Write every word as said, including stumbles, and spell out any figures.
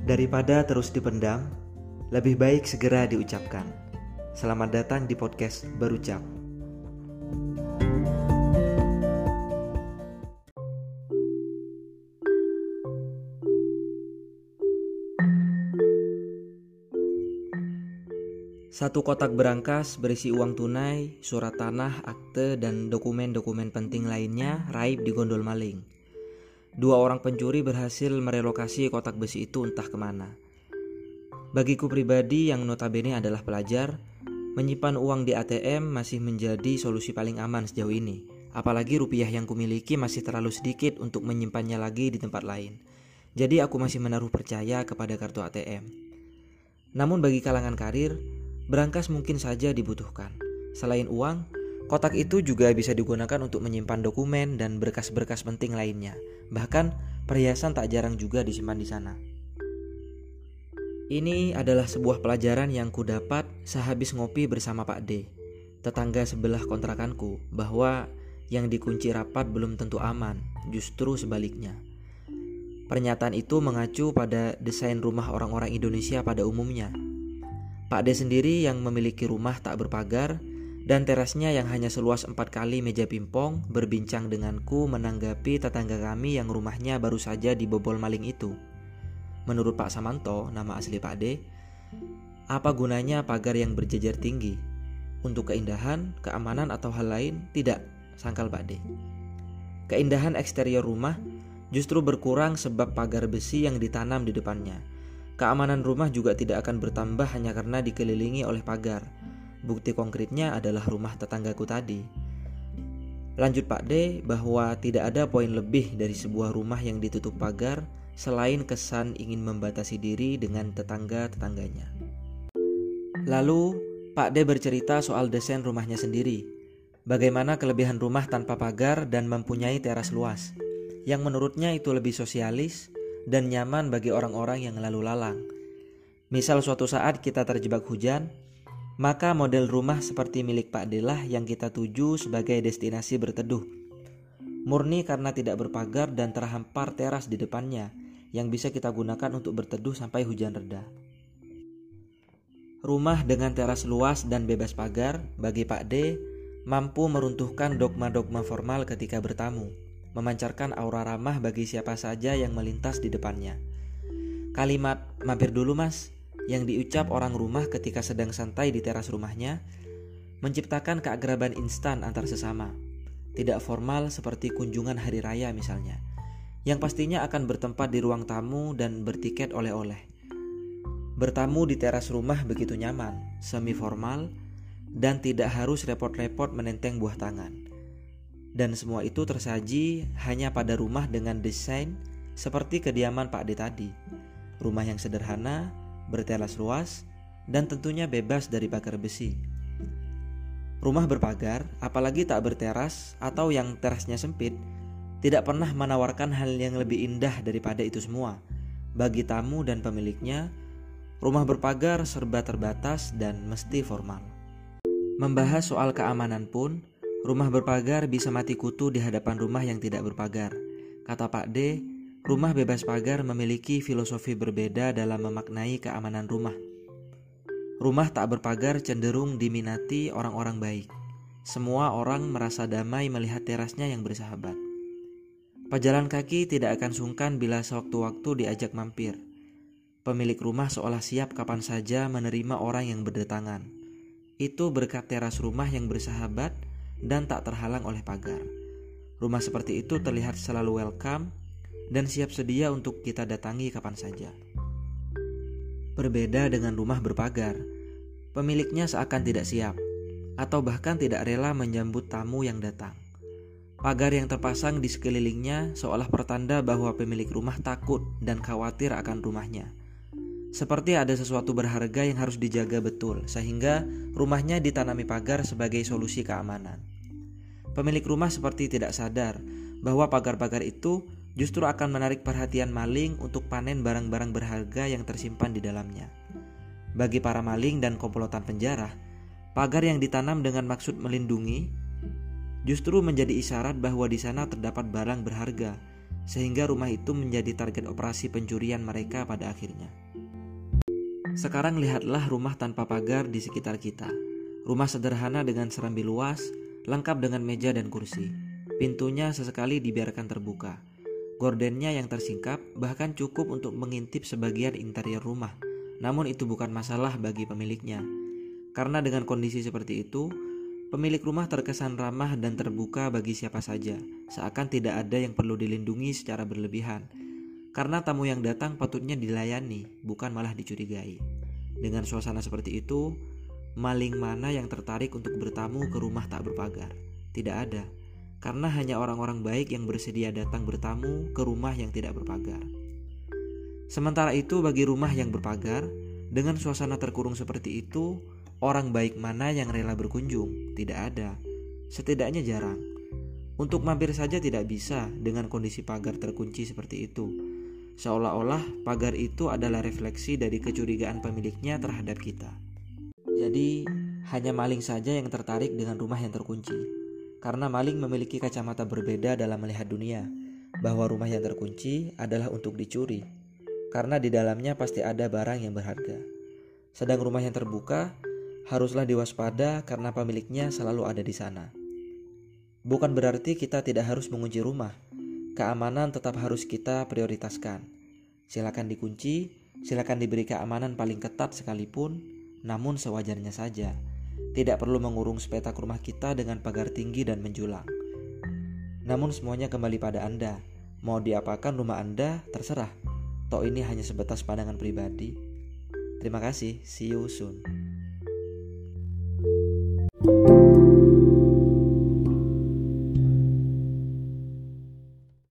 Daripada terus dipendam, lebih baik segera diucapkan. Selamat datang di podcast Berucap. Satu kotak berangkas berisi uang tunai, surat tanah, akte, dan dokumen-dokumen penting lainnya raib di gondol maling. Dua orang pencuri berhasil merelokasi kotak besi itu entah kemana. Bagiku pribadi yang notabene adalah pelajar, menyimpan uang di A T M masih menjadi solusi paling aman sejauh ini. Apalagi rupiah yang kumiliki masih terlalu sedikit untuk menyimpannya lagi di tempat lain. Jadi aku masih menaruh percaya kepada kartu A T M. Namun bagi kalangan karir, berangkas mungkin saja dibutuhkan. Selain uang, kotak itu juga bisa digunakan untuk menyimpan dokumen dan berkas-berkas penting lainnya. Bahkan perhiasan tak jarang juga disimpan di sana. Ini adalah sebuah pelajaran yang ku dapat sehabis ngopi bersama Pak D, tetangga sebelah kontrakanku, bahwa yang dikunci rapat belum tentu aman, justru sebaliknya. Pernyataan itu mengacu pada desain rumah orang-orang Indonesia pada umumnya. Pak D sendiri yang memiliki rumah tak berpagar dan terasnya yang hanya seluas empat kali meja pingpong berbincang denganku menanggapi tetangga kami yang rumahnya baru saja dibobol maling itu. Menurut Pak Samanto, nama asli Pak D, apa gunanya pagar yang berjejer tinggi? Untuk keindahan, keamanan, atau hal lain? Tidak, sangkal Pak D. Keindahan eksterior rumah justru berkurang sebab pagar besi yang ditanam di depannya. Keamanan rumah juga tidak akan bertambah hanya karena dikelilingi oleh pagar. Bukti konkretnya adalah rumah tetanggaku tadi. Lanjut Pak D bahwa tidak ada poin lebih dari sebuah rumah yang ditutup pagar selain kesan ingin membatasi diri dengan tetangga-tetangganya. Lalu Pak D bercerita soal desain rumahnya sendiri. Bagaimana kelebihan rumah tanpa pagar dan mempunyai teras luas, yang menurutnya itu lebih sosialis dan nyaman bagi orang-orang yang lalu lalang. Misal suatu saat kita terjebak hujan, maka model rumah seperti milik Pak D lah yang kita tuju sebagai destinasi berteduh. Murni karena tidak berpagar dan terhampar teras di depannya yang bisa kita gunakan untuk berteduh sampai hujan reda. Rumah dengan teras luas dan bebas pagar bagi Pak D mampu meruntuhkan dogma-dogma formal ketika bertamu, memancarkan aura ramah bagi siapa saja yang melintas di depannya. Kalimat "mampir dulu mas" yang diucap orang rumah ketika sedang santai di teras rumahnya menciptakan keakraban instan antar sesama. Tidak formal seperti kunjungan hari raya misalnya, yang pastinya akan bertempat di ruang tamu dan bertiket oleh-oleh. Bertamu di teras rumah begitu nyaman, semi formal, dan tidak harus repot-repot menenteng buah tangan. Dan semua itu tersaji hanya pada rumah dengan desain seperti kediaman Pak D tadi. Rumah yang sederhana, berteras luas, dan tentunya bebas dari pagar besi. Rumah berpagar, apalagi tak berteras atau yang terasnya sempit, tidak pernah menawarkan hal yang lebih indah daripada itu semua. Bagi tamu dan pemiliknya, rumah berpagar serba terbatas dan mesti formal. Membahas soal keamanan pun, rumah berpagar bisa mati kutu di hadapan rumah yang tidak berpagar. Kata Pak D, rumah bebas pagar memiliki filosofi berbeda dalam memaknai keamanan rumah. Rumah tak berpagar cenderung diminati orang-orang baik. Semua orang merasa damai melihat terasnya yang bersahabat. Pejalan kaki tidak akan sungkan bila sewaktu-waktu diajak mampir. Pemilik rumah seolah siap kapan saja menerima orang yang berdatangan. Itu berkat teras rumah yang bersahabat dan tak terhalang oleh pagar. Rumah seperti itu terlihat selalu welcome dan siap sedia untuk kita datangi kapan saja. Berbeda dengan rumah berpagar, pemiliknya seakan tidak siap atau bahkan tidak rela menyambut tamu yang datang. Pagar yang terpasang di sekelilingnya seolah pertanda bahwa pemilik rumah takut dan khawatir akan rumahnya. Seperti ada sesuatu berharga yang harus dijaga betul, sehingga rumahnya ditanami pagar sebagai solusi keamanan. Pemilik rumah seperti tidak sadar bahwa pagar-pagar itu justru akan menarik perhatian maling untuk panen barang-barang berharga yang tersimpan di dalamnya. Bagi para maling dan komplotan penjara, pagar yang ditanam dengan maksud melindungi justru menjadi isyarat bahwa di sana terdapat barang berharga, sehingga rumah itu menjadi target operasi pencurian mereka pada akhirnya. Sekarang lihatlah rumah tanpa pagar di sekitar kita. Rumah sederhana dengan serambi luas, lengkap dengan meja dan kursi. Pintunya sesekali dibiarkan terbuka. Gordennya yang tersingkap bahkan cukup untuk mengintip sebagian interior rumah. Namun itu bukan masalah bagi pemiliknya. Karena dengan kondisi seperti itu, pemilik rumah terkesan ramah dan terbuka bagi siapa saja, seakan tidak ada yang perlu dilindungi secara berlebihan. Karena tamu yang datang patutnya dilayani, bukan malah dicurigai. Dengan suasana seperti itu, maling mana yang tertarik untuk bertamu ke rumah tak berpagar? Tidak ada, karena hanya orang-orang baik yang bersedia datang bertamu ke rumah yang tidak berpagar. Sementara itu bagi rumah yang berpagar, dengan suasana terkurung seperti itu, orang baik mana yang rela berkunjung? Tidak ada, setidaknya jarang. Untuk mampir saja tidak bisa dengan kondisi pagar terkunci seperti itu. Seolah-olah pagar itu adalah refleksi dari kecurigaan pemiliknya terhadap kita. Jadi, hanya maling saja yang tertarik dengan rumah yang terkunci. Karena maling memiliki kacamata berbeda dalam melihat dunia, bahwa rumah yang terkunci adalah untuk dicuri. Karena di dalamnya pasti ada barang yang berharga. Sedang rumah yang terbuka haruslah diwaspada karena pemiliknya selalu ada di sana. Bukan berarti kita tidak harus mengunci rumah. Keamanan tetap harus kita prioritaskan. Silakan dikunci, silakan diberi keamanan paling ketat sekalipun, namun sewajarnya saja. Tidak perlu mengurung sepetak rumah kita dengan pagar tinggi dan menjulang. Namun semuanya kembali pada Anda. Mau diapakan rumah Anda, terserah. Toh ini hanya sebatas pandangan pribadi. Terima kasih, see you soon.